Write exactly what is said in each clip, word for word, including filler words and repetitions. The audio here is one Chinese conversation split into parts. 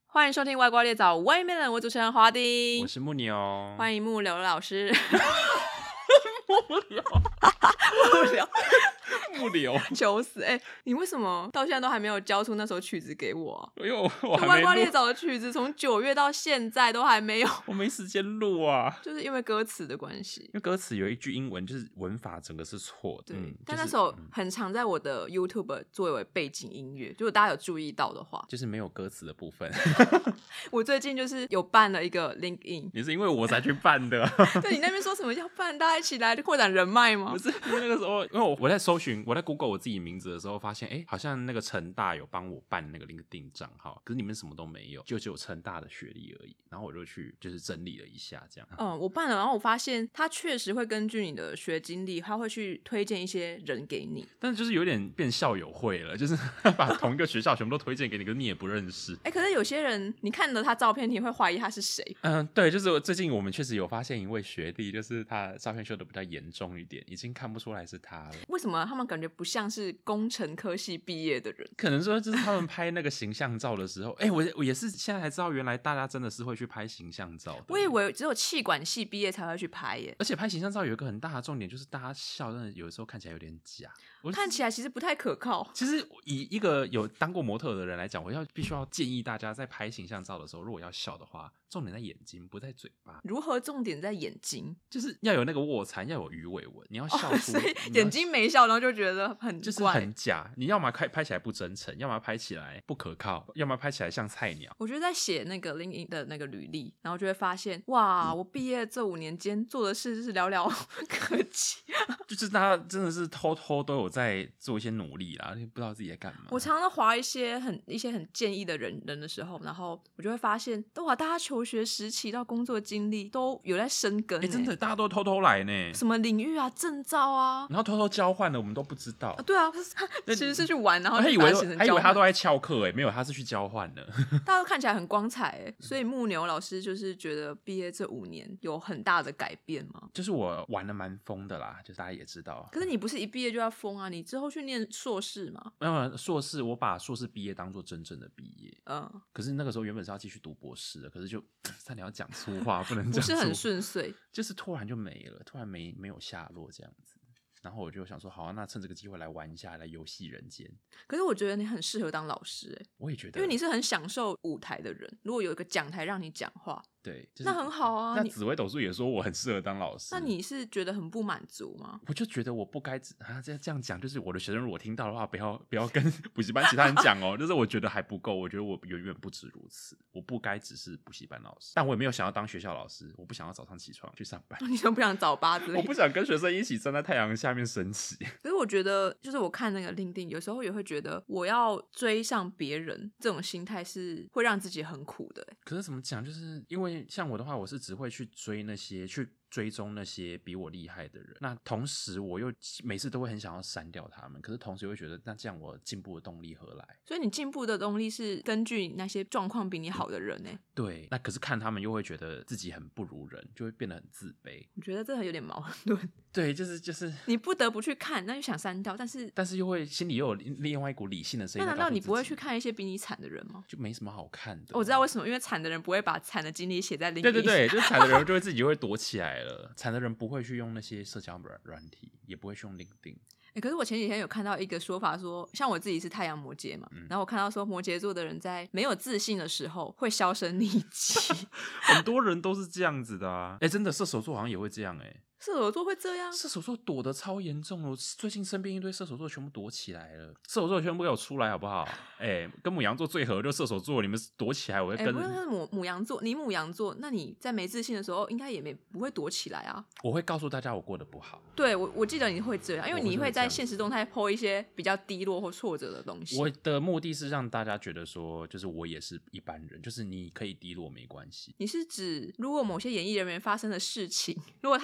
欢迎收听外挂猎枣外面人，我主持人华丁， 我是木牛， 欢迎木流老师。 木流， 木流， 木流， 求死！哎、欸，你为什么到现在都还没有交出那首曲子给我、啊？ 因为我我还没外挂猎枣的曲子从九月到现在都还没有， 我没时间录啊， 就是因为歌词的关系。 因为歌词有一句英文，就是文法整个是错的。 对， 嗯、 但那就是、 首很常在我的 YouTube 作为背景音乐，如果大家有注意到的话， 就是没有歌词的部分。 我最近就是有办了一个 LinkedIn， 你是因为我才去办的。 对，你那边说什么要办，大家一起来扩展人脉吗？ 不是，因为那个时候，因为我我在搜寻，我在 Google 我自己名字的时候，发现哎，好像那个成大有帮我办那个 LinkedIn 账号，可是你们什么都没有，就只有成大的学历而已。然后我就去就是整理了一下，这样。 嗯，我办了，然后我发现他确实会根据你的学经历，他会去推荐一些人给你。 但是就是有点变校友会了，就是把同一个学校全部都推荐给你，可是你也不认识。 哎、欸，可是有些人你看了他照片，你会怀疑他是谁？ 嗯，对，就是最近我们确实有发现一位学弟，就是他照片修的比较严重一点，已经看不出来是他了。 为什么他们感觉不像是工程科系毕业的人？ 可能说就是他们拍那个形象照的时候，哎、欸，我我也是现在才知道，原来大家真的是会去拍形象照的。 我以为只有企管系毕业才会去拍耶。 而且拍形象照有一个很大的重点，就是大家笑真的有的时候看起来有点假， 看起来其实不太可靠。 其实以一个有当过模特的人来讲，我要必须要建议大家在拍形象照的时候，如果要笑的话，重点在眼睛，不在嘴巴。 如何重点在眼睛？ 就是要有那个卧蚕，要有鱼尾纹，你要笑出、哦、 所以眼睛没笑，然后就觉得很怪， 就是很假。你要么拍拍起来不真诚，要么拍起来不可靠，要么拍起来像菜鸟。 我觉得在写那个 LinkedIn 的那个履历，然后就会发现，哇，我毕业这五年间做的事就是寥寥可几。 就是大家真的是偷偷都有在做一些努力啦，不知道自己在干嘛。 我常常滑一些很一些很建议的人人的时候，然后我就会发现，哇，大家求学时期到工作经历都有在深耕、欸。 哎、欸，真的，大家都偷偷来呢。 什么领域啊，证照啊， 然后偷偷交换的，我们都不知道。 啊对啊，其实是去玩，然后还以为还以为他都在翘课哎，没有，他是去交换的。 大家都看起来很光彩哎，所以木牛老师就是觉得毕业这五年有很大的改变吗？ 就是我玩的蛮疯的啦，就是大家也知道。 可是你不是一毕业就要疯啊？你之后去念硕士吗？ 没有，硕士我把硕士毕业当做真正的毕业。 嗯，可是那个时候原本是要继续读博士的，可是就差点要讲粗话，不能讲粗话， 不是很顺遂， 就是突然就没了，突然没没有下落这样子。然后我就想说，好、啊，那趁这个机会来玩一下，来游戏人间。 可是我觉得你很适合当老师哎， 我也觉得， 因为你是很享受舞台的人。如果有一个讲台让你讲话， 对、就是， 那很好啊。 那紫微斗数也说我很适合当老师， 那你是觉得很不满足吗？ 我就觉得我不该啊，这样讲，就是我的学生如果听到的话，不要不要跟补习班其他人讲哦。就是我觉得还不够，我觉得我远远不止如此，我不该只是补习班老师，但我也没有想要当学校老师，我不想要早上起床去上班。 你都不想早八之类的， 我不想跟学生一起站在太阳下面升旗。 可是我觉得，就是我看那个 LinkedIn， 有时候也会觉得，我要追上别人这种心态是会让自己很苦的。 可是怎么讲，就是因为像我的话，我是只会去追那些去追踪那些比我厉害的人，那同时我又每次都会很想要删掉他们，可是同时又会觉得，那这样我进步的动力何来？ 所以你进步的动力是根据那些状况比你好的人呢？ 对，那可是看他们又会觉得自己很不如人，就会变得很自卑。 我觉得这有点矛盾。 对，就是就是你不得不去看，那就想删掉，但是但是又会心里又有另外一股理性的声音。 那难道你不会去看一些比你惨的人吗？ 就没什么好看的。 我知道为什么，因为惨的人不会把惨的经历写在另一。 对对对，就是惨的人就会自己就会躲起来了。惨的人不会去用那些社交软软体，也不会去用 LinkedIn。 欸、可是我前几天有看到一个说法说，像我自己是太阳摩羯嘛、嗯、然后我看到说摩羯座的人在没有自信的时候会销声匿迹。 很多人都是这样子的啊。哎、欸，真的射手座好像也会这样。哎、欸， 射手座会这样？ 射手座躲得超严重了，我最近身边一堆射手座全部躲起来了。射手座全部给我出来好不好？哎、欸，跟牡羊座最合就射手座，你们躲起来我会跟。哎、欸， 不是母母羊座，你母羊座，那你在没自信的时候应该也没不会躲起来啊。 我会告诉大家我过得不好。 对，我我记得你会这样，因为你会在现实动态 po 一些比较低落或挫折的东西。 我的目的是让大家觉得说，就是我也是一般人，就是你可以低落没关系。 你是指如果某些演艺人员发生的事情，如果他很挫折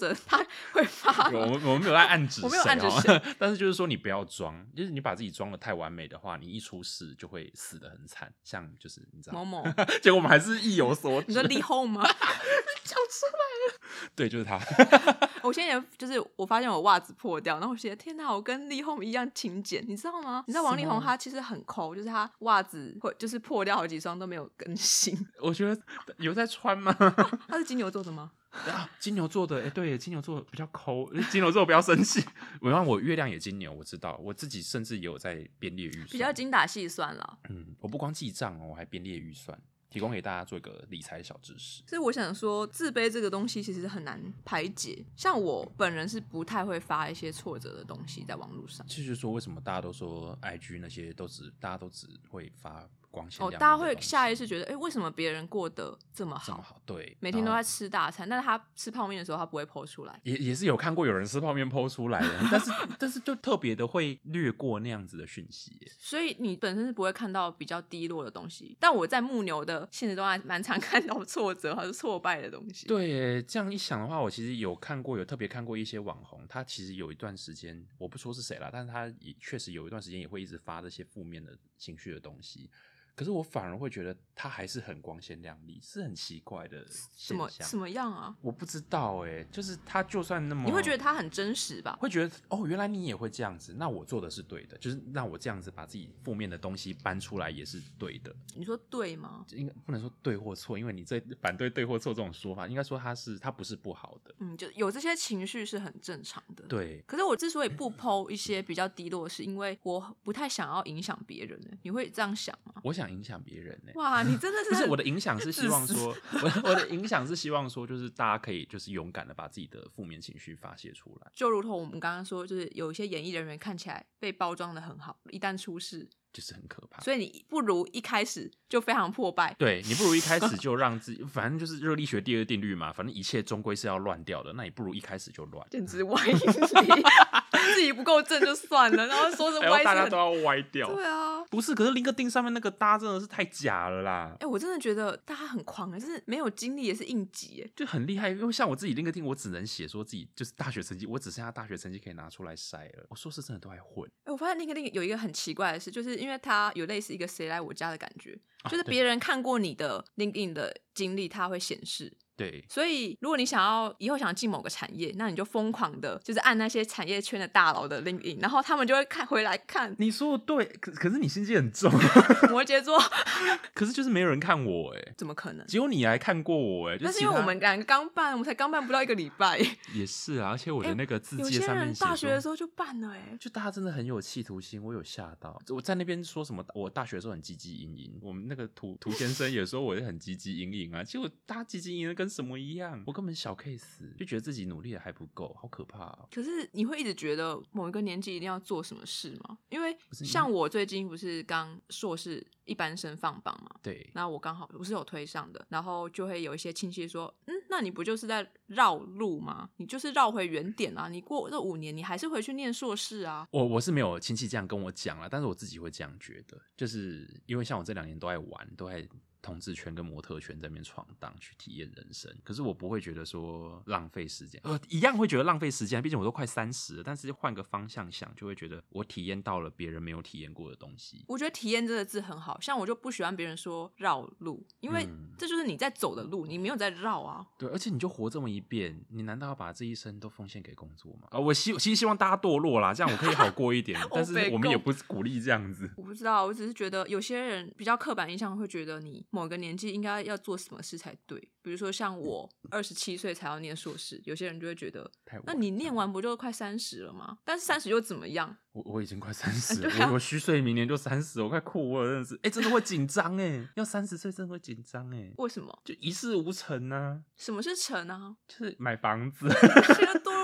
者他会发我们我们没有在暗指谁、哦， 我没有暗指谁但是就是说你不要装，就是你把自己装的太完美的话，你一出事就会死得很惨。像就是你知道某某， 结果我们还是意有所指。 你说李后吗？ 讲出来了，对，就是他。 我现在就是我发现我袜子破掉，然后我觉得天哪，我跟力宏一样勤俭，你知道吗？你知道王力宏他其实很抠，就是他袜子会就是破掉好几双都没有更新。 我觉得有在穿吗？ 他是金牛座的吗？ 啊，金牛座的，哎、欸，对，金牛座比较抠，金牛座不要生气。我让我月亮也金牛，我知道，我自己甚至也有在编列预算， 比较精打细算啦。 嗯，我不光记账哦，我还编列预算。提供给大家做一个理财小知识。 所以我想说，自卑这个东西其实很难排解。像我本人是不太会发一些挫折的东西在网络上。 就是说，为什么大家都说 I G 那些都只大家都只会发光鲜亮丽的东西？ 哦，大家会下意识觉得，哎、欸，为什么别人过得这么好？ 这么好，对， 每天都在吃大餐，但是他吃泡面的时候，他不会 po 出来。 也也是有看过有人吃泡面 po 出来的，但是但是就特别的会略过那样子的讯息。 所以你本身是不会看到比较低落的东西，但我在木牛的现实中还蛮常看到挫折还是挫败的东西。 对，这样一想的话，我其实有看过，有特别看过一些网红，他其实有一段时间，我不说是谁啦，但是他也确实有一段时间也会一直发这些负面的情绪的东西。可是我反而会觉得他还是很光鲜亮丽，是很奇怪的现象。 什么样啊？ 我不知道哎、欸，就是他就算那么， 你会觉得他很真实吧？ 会觉得哦，原来你也会这样子，那我做的是对的，就是让我这样子把自己负面的东西搬出来也是对的。 你说对吗？ 应该不能说对或错，因为你在反对对或错这种说法，应该说他是他不是不好的。 嗯，就有这些情绪是很正常的。 对。 可是我之所以不 po 一些比较低落，是因为我不太想要影响别人。你会这样想吗？ 我想影响别人。 哇，你真的是不是我的影响是希望说，我我的影响是希望说，就是大家可以就是勇敢的把自己的负面情绪发泄出来。 就如同我们刚刚说，就是有一些演艺人员看起来被包装的很好，一旦出事就是很可怕。 所以你不如一开始就非常破败。 对，你不如一开始就让自己，反正就是热力学第二定律嘛，反正一切终归是要乱掉的，那你不如一开始就乱。 简直歪理，自己不够正就算了，然后说是歪， 大家都要歪掉。 对啊， 不是，可是林克丁上面那个搭真的是太假了啦。 哎、欸，我真的觉得大家很狂哎，就是没有经历也是硬挤哎， 就很厉害。因为像我自己林克丁，我只能写说自己就是大学成绩，我只剩下大学成绩可以拿出来晒了。我硕士真的都还混。 哎、欸，我发现林克丁有一个很奇怪的事，就是因为他有类似一个谁来我家的感觉，就是别人看过你的 LinkedIn 的经历，它会显示。 对， 所以如果你想要以后想要进某个产业，那你就疯狂的，就是按那些产业圈的大佬的 LinkedIn， 然后他们就会看回来看。 你说的对，可可是你心机很重， 摩羯座。 可是就是没有人看我哎， 怎么可能？ 只有你来看过我哎， 但是因为我们两个刚办，我们才刚办不到一个礼拜。 也是啊，而且我的那个字界上面写说， 有些人大学的时候就办了哎， 就大家真的很有企图心，我有吓到。我在那边说什么，我大学的时候很积极营营，我们那个涂涂先生也说我也很积极营营啊，结果大家积极营营的跟什么一样。我根本小 case， 就觉得自己努力的还不够，好可怕哦。 可是你会一直觉得某一个年纪一定要做什么事吗？因为像我最近不是刚硕士一般生放榜嘛， 对， 那我刚好不是有推上的，然后就会有一些亲戚说，嗯，那你不就是在绕路吗？你就是绕回原点啊！你过这五年，你还是回去念硕士啊！ 我我是没有亲戚这样跟我讲啦，但是我自己会这样觉得，就是因为像我这两年都在玩，都在同志圈跟模特圈在那边闯荡去体验人生，可是我不会觉得说浪费时间，呃，一样会觉得浪费时间，毕竟我都快三十了，但是换个方向想，就会觉得我体验到了别人没有体验过的东西。 我觉得体验这个字很好，像我就不喜欢别人说绕路，因为这就是你在走的路，你没有在绕啊。 对，而且你就活这么一遍，你难道要把这一生都奉献给工作吗？啊，我希其实希望大家堕落啦，这样我可以好过一点，但是我们也不是鼓励这样子。 我不知道，我只是觉得有些人比较刻板印象会觉得你某个年纪应该要做什么事才对，比如说像我二十七岁才要念硕士，有些人就会觉得那你念完不就快三十了吗？但是三十又怎么样？ 我我已经快三十了， 啊、 我我虚岁明年就三十，我快哭了，真的是，哎、欸，真的会紧张哎，要三十岁真的会紧张哎。 为什么？ 就一事无成啊。 什么是成啊？ 就是买房子。 现在堕入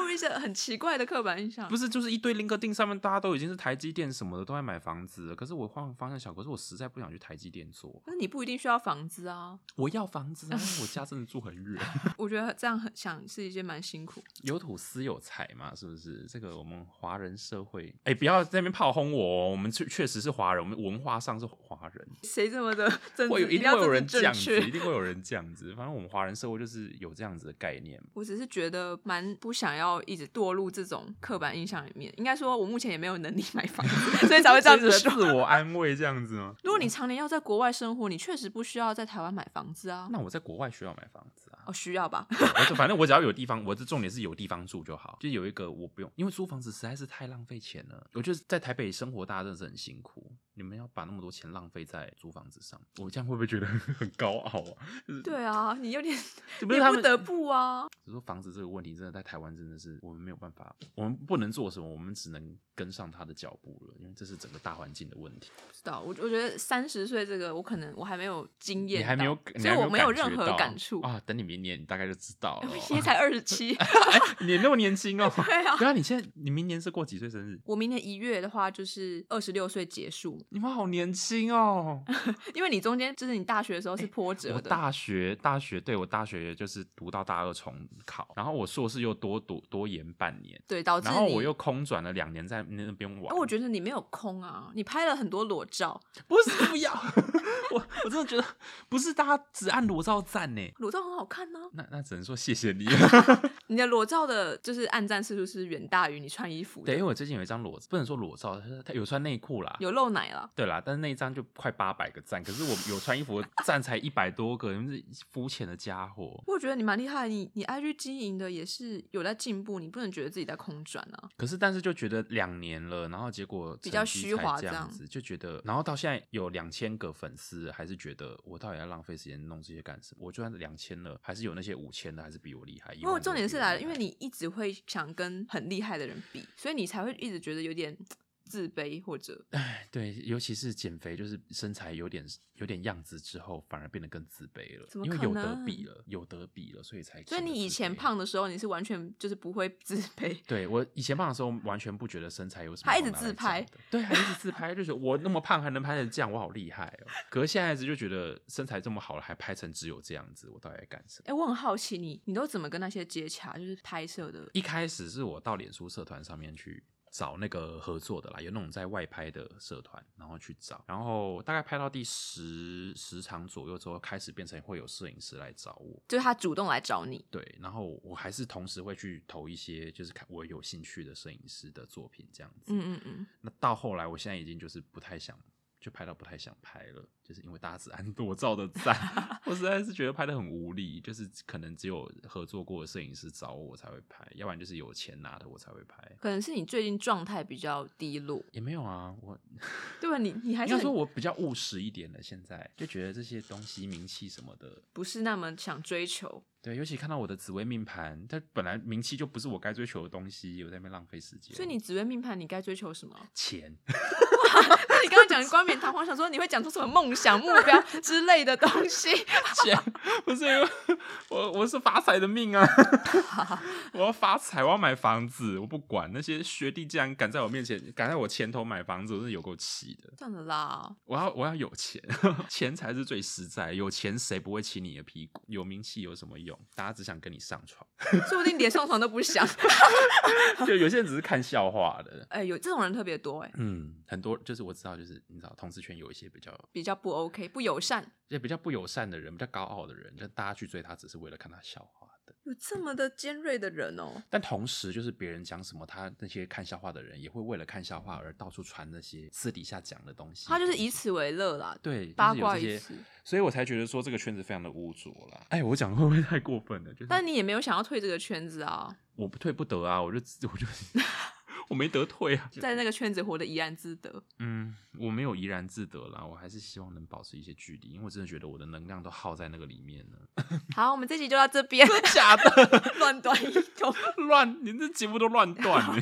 入一些很奇怪的刻板印象。 不是，就是一堆 LinkedIn 上面大家都已经是台积电什么的，都在买房子了。可是我换个方向想，可是我实在不想去台积电做。 可是你不一定需要房子啊。 我要房子啊，因为我家真的住很远。 我觉得这样很想是一件蛮辛苦。 有土司有财嘛，是不是？这个我们华人社会，哎、欸，不要在那边炮轰我哦。我们确确实是华人，我们文化上是华人。 谁这么的政治？ 会有一定会有人这样子，一定会有人这样子。反正我们华人社会就是有这样子的概念。 我只是觉得蛮不想要一直堕入这种刻板印象里面。应该说，我目前也没有能力买房子，所以才会这样子说。 自我安慰这样子吗？ 如果你常年要在国外生活，你确实不需要在台湾买房子啊。 那我在国外需要买房子啊？ 哦，需要吧。 我反正我只要有地方，我的重点是有地方住就好，就有一个我不用，因为租房子实在是太浪费钱了。我觉得在台北生活，大家真的是很辛苦。你们要把那么多钱浪费在租房子上，我这样会不会觉得很高傲啊？就是、 对啊，你有点， 你不得不啊。 只是说房子这个问题，真的在台湾真的是我们没有办法，我们不能做什么，我们只能跟上他的脚步了，因为这是整个大环境的问题。 不知道，我我觉得三十岁这个，我可能我还没有经验， 你还没有， 所以我没有任何感触啊。等你明年，你大概就知道了。 明年才二十七， 你那么年轻哦。 对啊， 对啊，你现在你明年是过几岁生日？ 我明年一月的话就是二十六岁结束。 你们好年轻哦， 因为你中间就是你大学的时候是波折的。 我大学大学对我大学就是读到大二重考，然后我硕士又多读多延半年， 对，导致然后我又空转了两年在那边玩。 我觉得你没有空啊，你拍了很多裸照。 不是，不要，我我真的觉得不是大家只按裸照赞呢， 裸照很好看呢、啊。 那那只能说谢谢你。 你的裸照的就是按赞次数是远大于你穿衣服的。 对，因为我最近有一张裸，不能说裸照，他有穿内裤啦， 有露奶啦。 对啦，但是那一张就快八百个赞，可是我有穿衣服赞才一百多个，你们是肤浅的家伙。 我觉得你蛮厉害，你你 I G 经营的也是有在进步，你不能觉得自己在空转啊。 可是但是就觉得两年了，然后结果比较虚华这样子，就觉得，然后到现在有两千个粉丝，还是觉得我到底要浪费时间弄这些干什么？我就算两千了，还是有那些五千的，还是比我厉害。因为重点是来了，因为你一直会想跟很厉害的人比，所以你才会一直觉得有点自卑或者， 哎，对，尤其是减肥，就是身材有点有点样子之后，反而变得更自卑了。 怎么可能？ 因为有得比了，有得比了，所以才。 所以你以前胖的时候，你是完全就是不会自卑。 对，我以前胖的时候，完全不觉得身材有什么好。 还一直自拍， 对，还一直自拍，就是我那么胖还能拍成这样，我好厉害哦。可是现在就觉得身材这么好了，还拍成只有这样子，我到底在干什么？ 哎、欸，我很好奇你，你都怎么跟那些接洽？就是拍摄的。 一开始是我到脸书社团上面去找那个合作的啦，有那种在外拍的社团，然后去找，然后大概拍到第十十场左右之后，开始变成会有摄影师来找我， 就是他主动来找你。 对，然后我还是同时会去投一些就是看我有兴趣的摄影师的作品这样子。 嗯嗯嗯。 那到后来，我现在已经就是不太想。就拍到不太想拍了，就是因为大家只按裸照的赞，我实在是觉得拍得很无力，就是可能只有合作过的摄影师找我，我才会拍，要不然就是有钱拿的我才会拍。 可能是你最近状态比较低落。 也没有啊，我对吧？你你还是应该说我比较务实一点了，现在就觉得这些东西名气什么的不是那么想追求。 对，尤其看到我的紫微命盘，它本来名气就不是我该追求的东西，我在那边浪费时间。 所以你紫微命盘，你该追求什么？ 钱。 那你刚刚讲冠冕堂皇，想说你会讲出什么梦想、目标之类的东西？ 钱不是因为我我是发财的命啊！我要发财，我要买房子，我不管那些学弟，竟然敢在我面前，敢在我前头买房子，我真的有够气的。 这样的啦， 我要我要有钱，钱才是最实在。有钱谁不会骑你的屁股？有名气有什么用？大家只想跟你上床， 说不定连上床都不想。 就有些人只是看笑话的。 哎、欸，有这种人特别多哎、欸。 嗯，很多就是我知道，就是你知道，同志圈有一些比较比较不 OK、不友善， 也比较不友善的人，比较高傲的人，就大家去追他只是为了看他笑话的。 有这么的尖锐的人哦。 但同时，就是别人讲什么，他那些看笑话的人也会为了看笑话而到处传那些私底下讲的东西。 他就是以此为乐啦， 对， 八卦一次， 所以我才觉得说这个圈子非常的污浊啦。哎，我讲会不会太过分了？就是， 但你也没有想要退这个圈子啊。 我不退不得啊，我就我就我没得退啊， 在那个圈子活得怡然自得。 嗯，我没有怡然自得啦，我还是希望能保持一些距离，因为我真的觉得我的能量都耗在那个里面了。 好，我们这集就到这边。 真的假的？ 乱断一通， 乱，你这节目都乱断。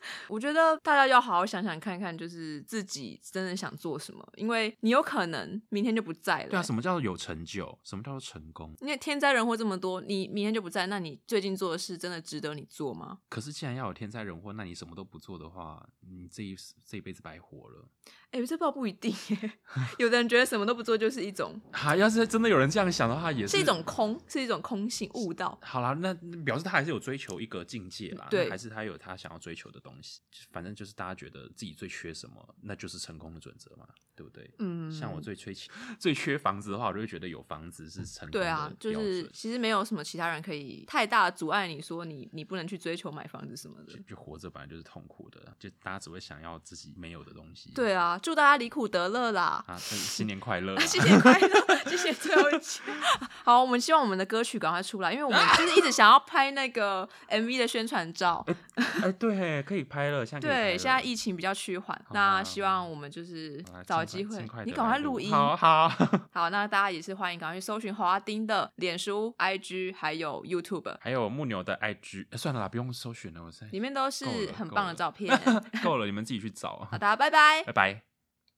我觉得大家要好好想想看看，就是自己真的想做什么，因为你有可能明天就不在了、欸。 对啊，什么叫做有成就？什么叫做成功？ 因为天灾人祸这么多，你明天就不在，那你最近做的事真的值得你做吗？ 可是既然要有天灾人祸，那你什么都不做的话，你这一这一辈子白活了。 哎、欸，这不不一定耶。有的人觉得什么都不做就是一种啊，要是真的有人这样想的话，也是是一种空，是一种空性悟道。 好啦，那表示他还是有追求一个境界啦， 对， 还是他有他想要追求的东西。反正就是大家觉得自己最缺什么，那就是成功的准则嘛，对不对？嗯，像我最缺最缺房子的话，我就会觉得有房子是成功的对啊，就是其实没有什么其他人可以太大的阻碍你说你你不能去追求买房子什么的。 就, 就活着本来就是痛苦的，就大家只会想要自己没有的东西。 对啊，祝大家离苦得乐啦！ 啊，新年快乐！ 新年快乐！谢谢最后一集。好，我们希望我们的歌曲赶快出来，因为我们就是一直想要拍那个 M V 的宣传照。 哎、欸欸，对，可以拍了，现在可以拍了。 对，现在疫情比较趋缓，那希望我们就是找机会，你赶快录音。 好好好，那大家也是欢迎赶快去搜寻华丁的脸书、I G 还有 YouTube， 还有木牛的 I G。欸、算了啦，不用搜寻了，我在里面都是很棒的照片。 够了，你们自己去找。 好的，拜拜， 拜拜。